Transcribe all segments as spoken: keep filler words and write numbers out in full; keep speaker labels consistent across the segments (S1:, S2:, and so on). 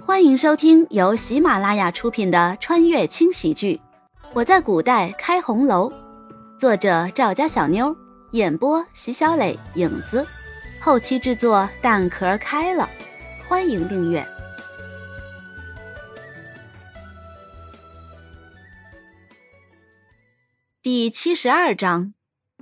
S1: 欢迎收听由喜马拉雅出品的穿越轻喜剧《我在古代开红楼》，作者赵家小妞，演播席小磊、影子，后期制作蛋壳开了。欢迎订阅。第七十二章，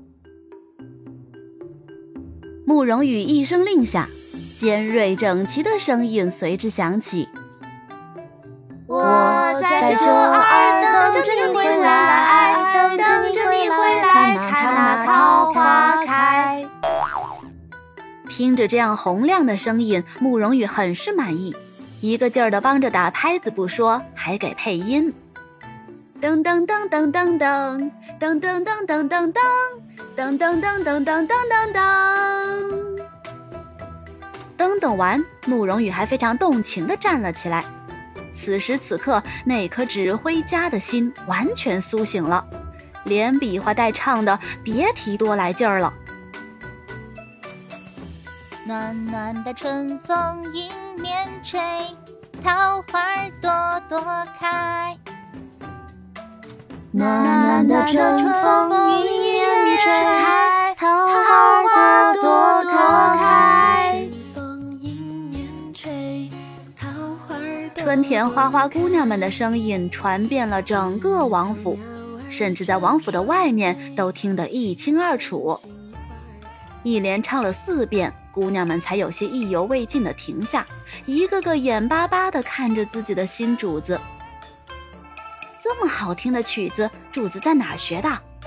S1: 慕容羽一声令下，尖锐整齐的声音随之响起：
S2: 我在这儿等着你回来，等着你回来，看那桃花开。
S1: 听着这样洪亮的声音，慕容羽很是满意，一个劲儿地帮着打拍子不说，还给配音。噔噔噔噔噔噔噔噔噔噔噔噔噔噔噔噔噔噔噔。噔噔完，慕容羽还非常动情地站了起来。此时此刻，那颗指挥家的心完全苏醒了，连比划带唱的，别提多来劲儿了。
S2: 暖暖的春风迎面吹，桃花朵朵开。暖暖的春风迎面吹，桃花朵朵开。
S1: 春田花花姑娘们的声音传遍了整个王府，甚至在王府的外面都听得一清二楚。一连唱了四遍，姑娘们才有些意犹未尽地停下，一个个眼巴巴地看着自己的新主子。这么好听的曲子，主子在哪儿学的？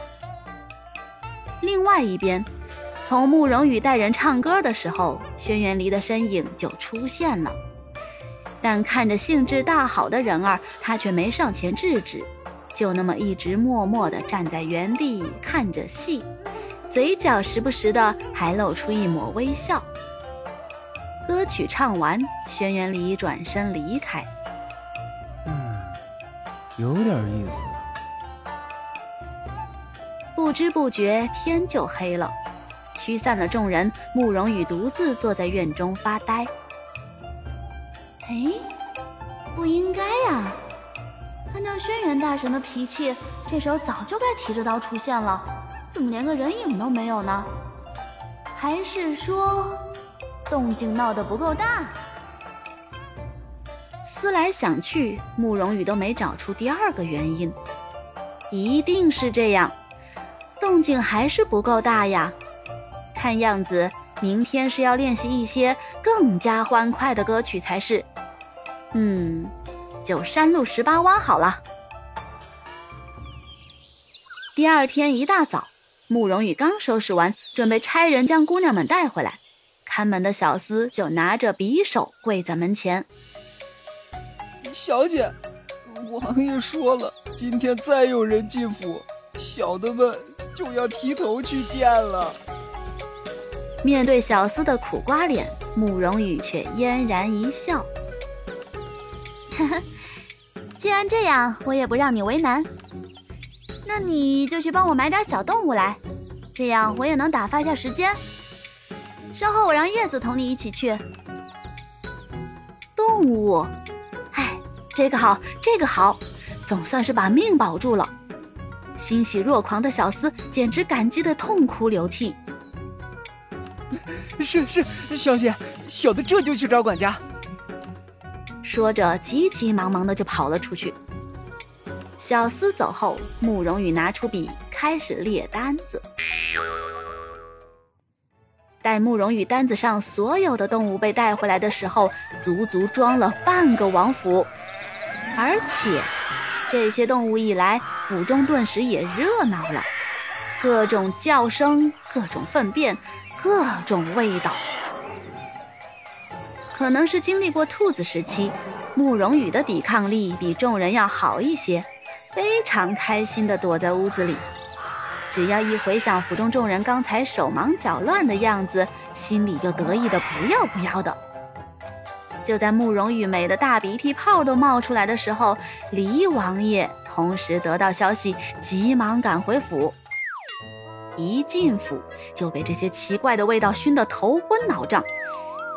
S1: 另外一边，从慕容羽带人唱歌的时候，轩辕离的身影就出现了。但看着兴致大好的人儿，他却没上前制止，就那么一直默默地站在原地看着戏，嘴角时不时的还露出一抹微笑。歌曲唱完，轩辕离转身离开。
S3: 嗯，有点意思。
S1: 不知不觉天就黑了，驱散了众人，慕容羽独自坐在院中发呆。哎，不应该呀！按照轩辕大神的脾气，这时候早就该提着刀出现了，怎么连个人影都没有呢？还是说动静闹得不够大？思来想去，慕容羽都没找出第二个原因。一定是这样，动静还是不够大呀。看样子明天是要练习一些更加欢快的歌曲才是。嗯，就山路十八弯好了。第二天一大早，慕容羽刚收拾完，准备差人将姑娘们带回来，看门的小厮就拿着匕首跪在门前。
S3: 小姐，王爷说了，今天再有人进府，小的们就要提头去见了。
S1: 面对小厮的苦瓜脸，慕容羽却嫣然一笑。呵呵，既然这样，我也不让你为难。那你就去帮我买点小动物来，这样我也能打发下时间。稍后我让叶子同你一起去。动物？哎，这个好，这个好，总算是把命保住了。欣喜若狂的小厮简直感激得痛哭流涕。
S3: 是是，小姐，小的这就去找管家。
S1: 说着急急忙忙的就跑了出去。小厮走后，慕容羽拿出笔开始列单子。待慕容羽单子上所有的动物被带回来的时候，足足装了半个王府。而且这些动物一来，府中顿时也热闹了，各种叫声，各种粪便，各种味道。可能是经历过兔子时期，慕容羽的抵抗力比众人要好一些，非常开心地躲在屋子里。只要一回想府中众人刚才手忙脚乱的样子，心里就得意得不要不要的。就在慕容羽美的大鼻涕泡都冒出来的时候，黎王爷同时得到消息，急忙赶回府。一进府就被这些奇怪的味道熏得头昏脑胀，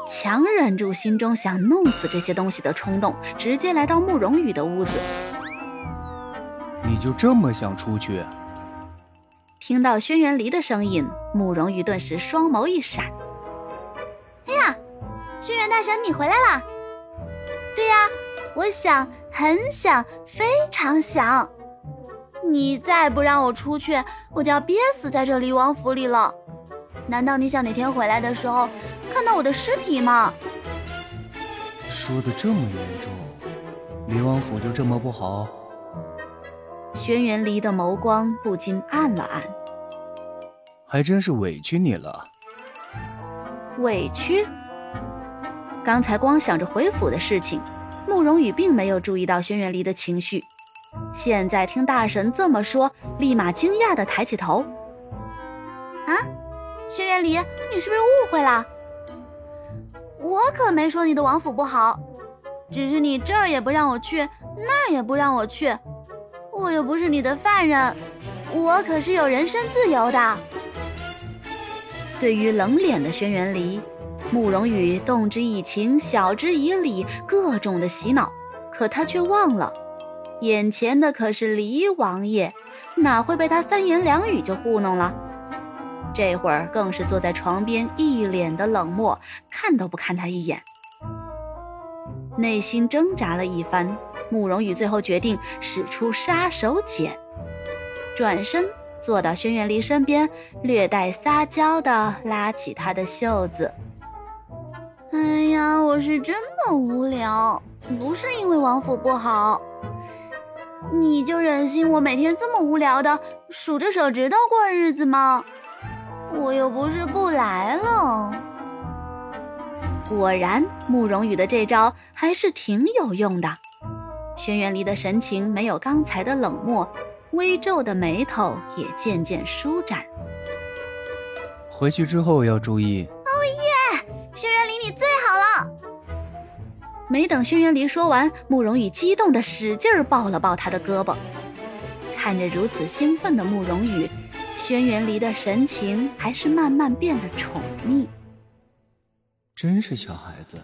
S1: 强忍住心中想弄死这些东西的冲动，直接来到慕容羽的屋子。
S3: 你就这么想出去？
S1: 听到轩辕离的声音，慕容羽顿时双眸一闪。
S2: 哎呀，轩辕大神你回来啦！对呀，我想，很想，非常想。你再不让我出去，我就要憋死在这离王府里了。难道你想哪天回来的时候看到我的尸体吗？
S3: 说的这么严重，离王府就这么不好？
S1: 轩辕离的眸光不禁暗了暗。
S3: 还真是委屈你了。
S1: 委屈？刚才光想着回府的事情，慕容羽并没有注意到轩辕离的情绪。现在听大神这么说，立马惊讶地抬起头。
S2: 啊，轩辕离，你是不是误会了？我可没说你的王府不好，只是你这儿也不让我去，那儿也不让我去。我又不是你的犯人，我可是有人身自由的。
S1: 对于冷脸的轩辕离，慕容羽动之以情，晓之以理，各种的洗脑，可他却忘了，眼前的可是离王爷，哪会被他三言两语就糊弄了？这会儿更是坐在床边，一脸的冷漠，看都不看他一眼。内心挣扎了一番，慕容羽最后决定使出杀手锏，转身坐到轩辕离身边，略带撒娇地拉起他的袖子。
S2: 哎呀，我是真的无聊，不是因为王府不好。你就忍心我每天这么无聊的数着手指头过日子吗？我又不是不来了。
S1: 果然，慕容羽的这招还是挺有用的。轩辕离的神情没有刚才的冷漠，微皱的眉头也渐渐舒展。
S3: 回去之后要注意。
S2: 哦耶！轩辕离你最好了。
S1: 没等轩辕离说完，慕容羽激动地使劲抱了抱他的胳膊。看着如此兴奋的慕容羽，轩辕离的神情还是慢慢变得宠溺。
S3: 真是小孩子。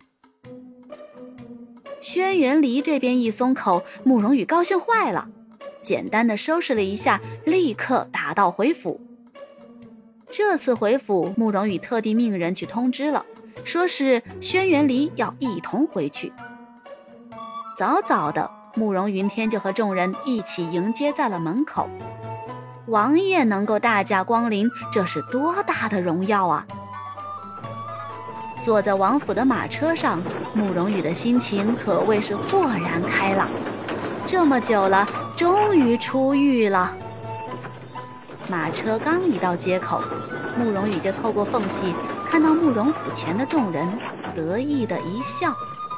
S1: 轩辕离这边一松口，慕容羽高兴坏了，简单的收拾了一下，立刻打道回府。这次回府，慕容羽特地命人去通知了，说是轩辕离要一同回去。早早的，慕容云天就和众人一起迎接在了门口。王爷能够大驾光临，这是多大的荣耀啊！坐在王府的马车上，慕容羽的心情可谓是豁然开朗。这么久了，终于出狱了。马车刚一到街口，慕容羽就透过缝隙看到慕容府前的众人，得意的一笑。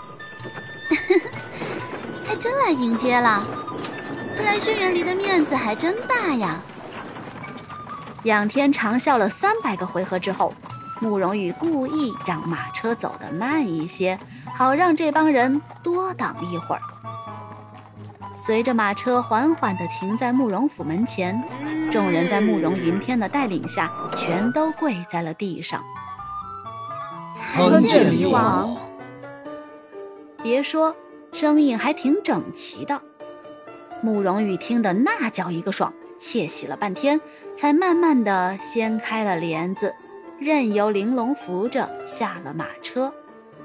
S2: 还真来迎接了，看来轩辕离的面子还真大呀。
S1: 仰天长啸了三百个回合之后，慕容羽故意让马车走得慢一些，好让这帮人多等一会儿。随着马车缓缓地停在慕容府门前，众人在慕容云天的带领下，全都跪在了地上。
S3: 参见离王。
S1: 别说，声音还挺整齐的。慕容羽听得那叫一个爽，窃喜了半天，才慢慢地掀开了帘子，任由玲珑扶着下了马车。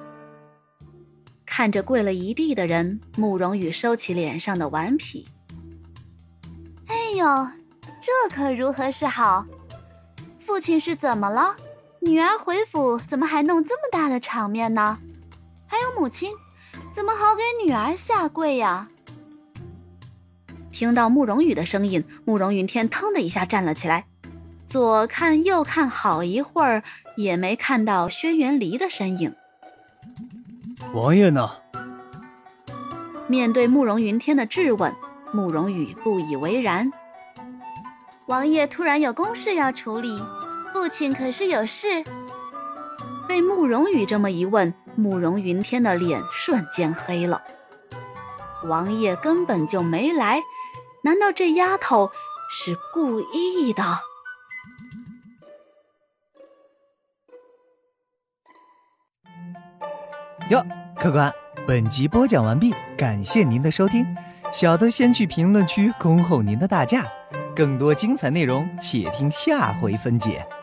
S1: 看着跪了一地的人，慕容羽收起脸上的顽皮。
S2: 哎呦，这可如何是好？父亲是怎么了？女儿回府怎么还弄这么大的场面呢？还有母亲，怎么好给女儿下跪呀？
S1: 听到慕容羽的声音，慕容云天腾的一下站了起来，左看右看好一会儿，也没看到轩辕离的身影。
S3: 王爷呢？
S1: 面对慕容云天的质问，慕容羽不以为然。
S2: 王爷突然有公事要处理，父亲可是有事？
S1: 被慕容羽这么一问，慕容云天的脸瞬间黑了。王爷根本就没来，难道这丫头是故意的？
S3: 哟，客官，本集播讲完毕，感谢您的收听。小的先去评论区恭候您的大驾，更多精彩内容且听下回分解。